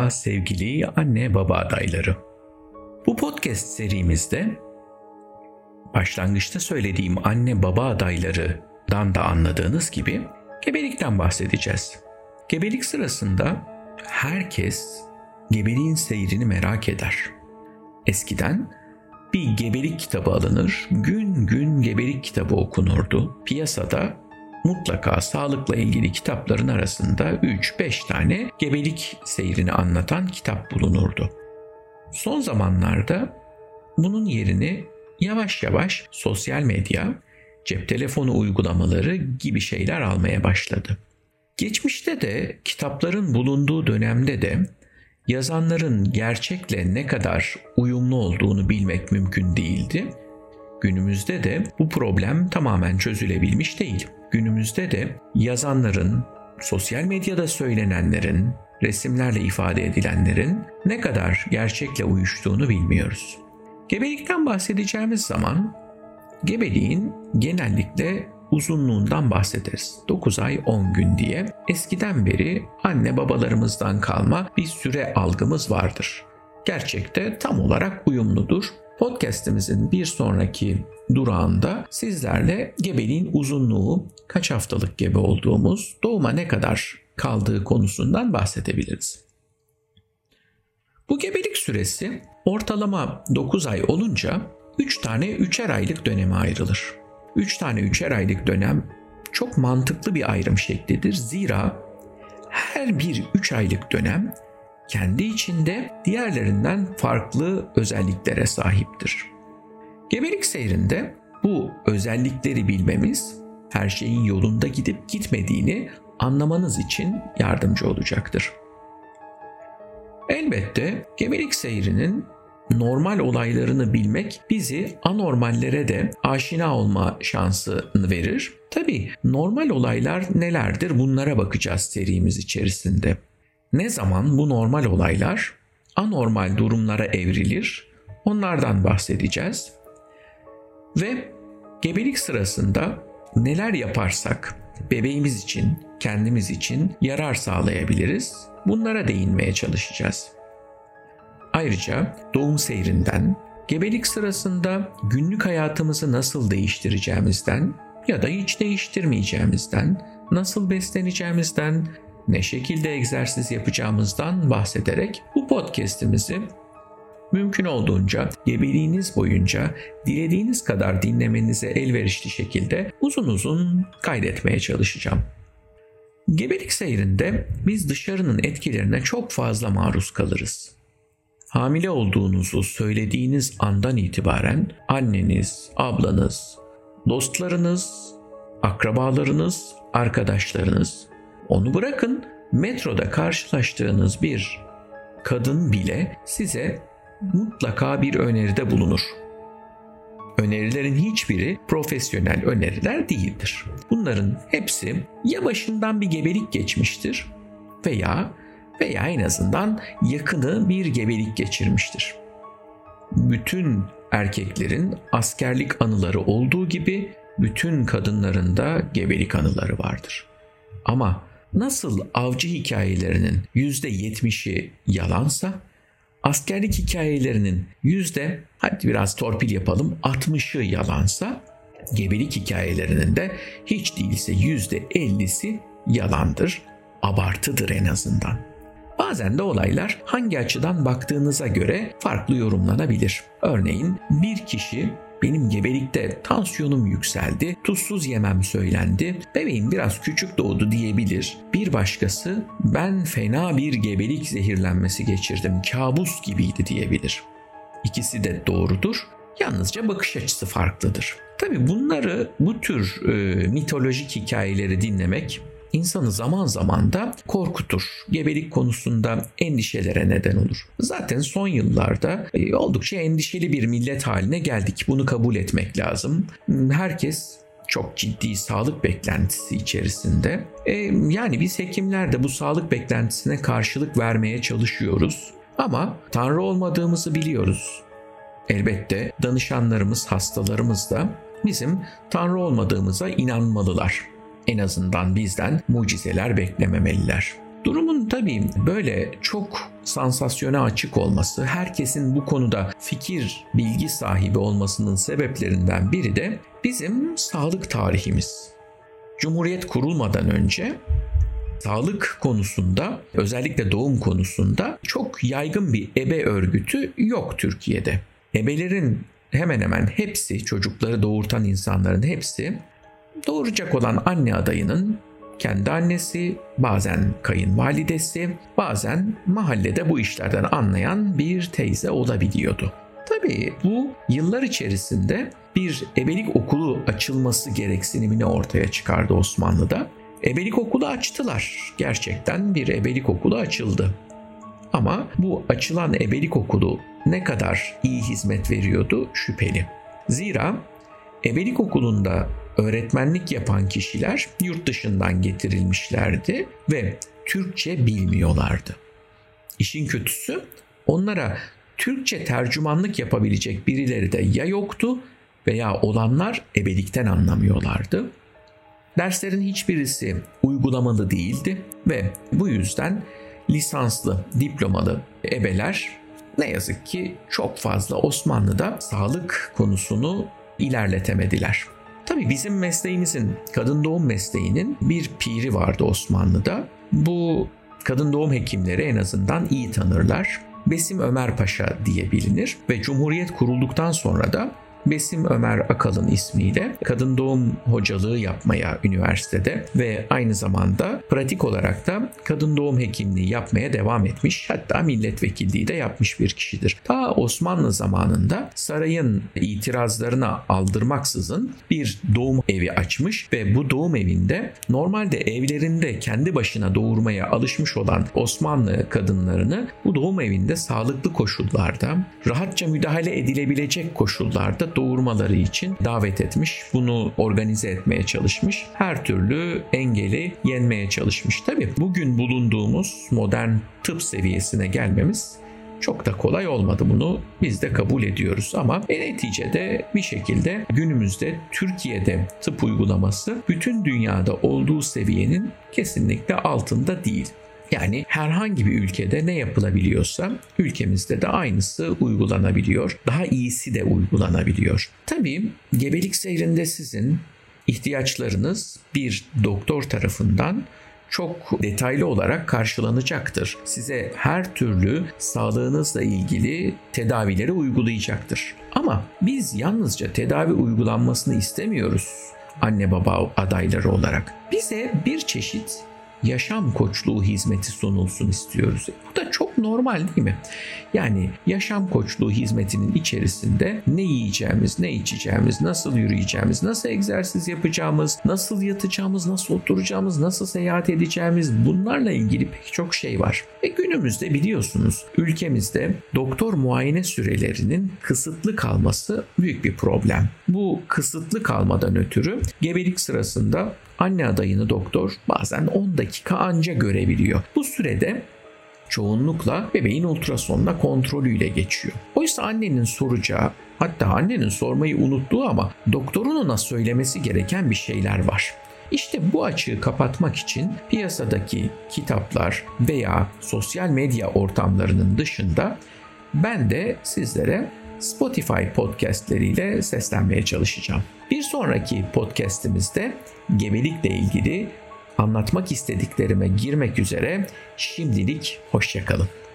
Merhaba sevgili anne baba adayları. Bu podcast serimizde başlangıçta söylediğim anne baba adaylarından da anladığınız gibi gebelikten bahsedeceğiz. Gebelik sırasında herkes gebeliğin seyrini merak eder. Eskiden bir gebelik kitabı alınır, gün gün gebelik kitabı okunurdu. Piyasada mutlaka sağlıkla ilgili kitapların arasında 3-5 tane gebelik seyrini anlatan kitap bulunurdu. Son zamanlarda bunun yerini yavaş yavaş sosyal medya, cep telefonu uygulamaları gibi şeyler almaya başladı. Geçmişte de kitapların bulunduğu dönemde de yazanların gerçekle ne kadar uyumlu olduğunu bilmek mümkün değildi. Günümüzde de bu problem tamamen çözülebilmiş değil. Günümüzde de yazanların, sosyal medyada söylenenlerin, resimlerle ifade edilenlerin ne kadar gerçekle uyuştuğunu bilmiyoruz. Gebelikten bahsedeceğimiz zaman gebeliğin genellikle uzunluğundan bahsederiz. 9 ay 10 gün diye eskiden beri anne babalarımızdan kalma bir süre algımız vardır. Gerçekte tam olarak uyumludur. Podcast'imizin bir sonraki durağında sizlerle gebeliğin uzunluğu, kaç haftalık gebe olduğumuz, doğuma ne kadar kaldığı konusundan bahsedebiliriz. Bu gebelik süresi ortalama 9 ay olunca 3 tane 3'er aylık döneme ayrılır. 3 tane 3'er aylık dönem çok mantıklı bir ayrım şeklidir. Zira her bir 3 aylık dönem kendi içinde diğerlerinden farklı özelliklere sahiptir. Gebelik seyrinde bu özellikleri bilmemiz her şeyin yolunda gidip gitmediğini anlamanız için yardımcı olacaktır. Elbette gebelik seyrinin normal olaylarını bilmek bizi anormallere de aşina olma şansını verir. Tabii normal olaylar nelerdir? Bunlara bakacağız serimiz içerisinde. Ne zaman bu normal olaylar anormal durumlara evrilir? Onlardan bahsedeceğiz. Ve gebelik sırasında neler yaparsak bebeğimiz için, kendimiz için yarar sağlayabiliriz? Bunlara değinmeye çalışacağız. Ayrıca doğum seyrinden, gebelik sırasında günlük hayatımızı nasıl değiştireceğimizden ya da hiç değiştirmeyeceğimizden, nasıl besleneceğimizden, ne şekilde egzersiz yapacağımızdan bahsederek bu podcast'imizi mümkün olduğunca gebeliğiniz boyunca dilediğiniz kadar dinlemenize elverişli şekilde uzun uzun kaydetmeye çalışacağım. Gebelik seyrinde biz dışarının etkilerine çok fazla maruz kalırız. Hamile olduğunuzu söylediğiniz andan itibaren anneniz, ablanız, dostlarınız, akrabalarınız, arkadaşlarınız, onu bırakın metroda karşılaştığınız bir kadın bile size mutlaka bir öneride bulunur. Önerilerin hiçbiri profesyonel öneriler değildir. Bunların hepsi ya başından bir gebelik geçmiştir veya en azından yakını bir gebelik geçirmiştir. Bütün erkeklerin askerlik anıları olduğu gibi bütün kadınların da gebelik anıları vardır. Ama nasıl avcı hikayelerinin %70'i yalansa, askerlik hikayelerinin hadi biraz torpil yapalım 60'ı yalansa, gebelik hikayelerinin de hiç değilse %50'si yalandır, abartıdır en azından. Bazen de olaylar hangi açıdan baktığınıza göre farklı yorumlanabilir. Örneğin bir kişi benim gebelikte tansiyonum yükseldi, tuzsuz yemem söylendi, bebeğim biraz küçük doğdu diyebilir. Bir başkası ben fena bir gebelik zehirlenmesi geçirdim, kabus gibiydi diyebilir. İkisi de doğrudur, yalnızca bakış açısı farklıdır. Tabii bu tür mitolojik hikayeleri dinlemek İnsanı zaman zaman da korkutur. Gebelik konusunda endişelere neden olur. Zaten son yıllarda oldukça endişeli bir millet haline geldik. Bunu kabul etmek lazım. Herkes çok ciddi sağlık beklentisi içerisinde. Yani biz hekimler de bu sağlık beklentisine karşılık vermeye çalışıyoruz. Ama Tanrı olmadığımızı biliyoruz. Elbette danışanlarımız, hastalarımız da bizim Tanrı olmadığımıza inanmalılar. En azından bizden mucizeler beklememeliler. Durumun tabii böyle çok sansasyona açık olması, herkesin bu konuda fikir, bilgi sahibi olmasının sebeplerinden biri de bizim sağlık tarihimiz. Cumhuriyet kurulmadan önce sağlık konusunda, özellikle doğum konusunda çok yaygın bir ebe örgütü yok Türkiye'de. Ebelerin hemen hemen hepsi, çocukları doğurtan insanların hepsi, doğuracak olan anne adayının kendi annesi, bazen kayınvalidesi, bazen mahallede bu işlerden anlayan bir teyze olabiliyordu. Tabii bu yıllar içerisinde bir ebelik okulu açılması gereksinimini ortaya çıkardı Osmanlı'da. Ebelik okulu açtılar. Gerçekten bir ebelik okulu açıldı. Ama bu açılan ebelik okulu ne kadar iyi hizmet veriyordu şüpheli. Zira ebelik okulunda öğretmenlik yapan kişiler yurt dışından getirilmişlerdi ve Türkçe bilmiyorlardı. İşin kötüsü, onlara Türkçe tercümanlık yapabilecek birileri de ya yoktu veya olanlar ebelikten anlamıyorlardı. Derslerin hiçbirisi uygulamalı değildi ve bu yüzden lisanslı, diplomalı ebeler ne yazık ki çok fazla Osmanlı'da sağlık konusunu ilerletemediler. Tabii bizim mesleğimizin, kadın doğum mesleğinin bir piri vardı Osmanlı'da. Bu kadın doğum hekimleri en azından iyi tanırlar. Besim Ömer Paşa diye bilinir ve Cumhuriyet kurulduktan sonra da Besim Ömer Akalın ismiyle kadın doğum hocalığı yapmaya üniversitede ve aynı zamanda pratik olarak da kadın doğum hekimliği yapmaya devam etmiş, hatta milletvekilliği de yapmış bir kişidir. Ta Osmanlı zamanında sarayın itirazlarına aldırmaksızın bir doğum evi açmış ve bu doğum evinde normalde evlerinde kendi başına doğurmaya alışmış olan Osmanlı kadınlarını bu doğum evinde sağlıklı koşullarda, rahatça müdahale edilebilecek koşullarda doğurmaları için davet etmiş. Bunu organize etmeye çalışmış. Her türlü engeli yenmeye çalışmış. Tabii bugün bulunduğumuz modern tıp seviyesine gelmemiz çok da kolay olmadı. Bunu biz de kabul ediyoruz ama neticede bir şekilde günümüzde Türkiye'de tıp uygulaması bütün dünyada olduğu seviyenin kesinlikle altında değil. Yani herhangi bir ülkede ne yapılabiliyorsa ülkemizde de aynısı uygulanabiliyor. Daha iyisi de uygulanabiliyor. Tabii gebelik seyrinde sizin ihtiyaçlarınız bir doktor tarafından çok detaylı olarak karşılanacaktır. Size her türlü sağlığınızla ilgili tedavileri uygulayacaktır. Ama biz yalnızca tedavi uygulanmasını istemiyoruz anne baba adayları olarak. Bize bir çeşit yaşam koçluğu hizmeti sunulsun istiyoruz. Bu da çok normal değil mi? Yani yaşam koçluğu hizmetinin içerisinde ne yiyeceğimiz, ne içeceğimiz, nasıl yürüyeceğimiz, nasıl egzersiz yapacağımız, nasıl yatacağımız, nasıl oturacağımız, nasıl seyahat edeceğimiz, bunlarla ilgili pek çok şey var. Ve günümüzde biliyorsunuz ülkemizde doktor muayene sürelerinin kısıtlı kalması büyük bir problem. Bu kısıtlı kalmadan ötürü gebelik sırasında anne adayını doktor bazen 10 dakika anca görebiliyor. Bu sürede çoğunlukla bebeğin ultrasonla kontrolüyle geçiyor. Oysa annenin soracağı, hatta annenin sormayı unuttuğu ama doktorun ona söylemesi gereken bir şeyler var. İşte bu açığı kapatmak için piyasadaki kitaplar veya sosyal medya ortamlarının dışında ben de sizlere Spotify podcastleriyle seslenmeye çalışacağım. Bir sonraki podcastimizde gebelikle ilgili anlatmak istediklerime girmek üzere şimdilik hoşça kalın.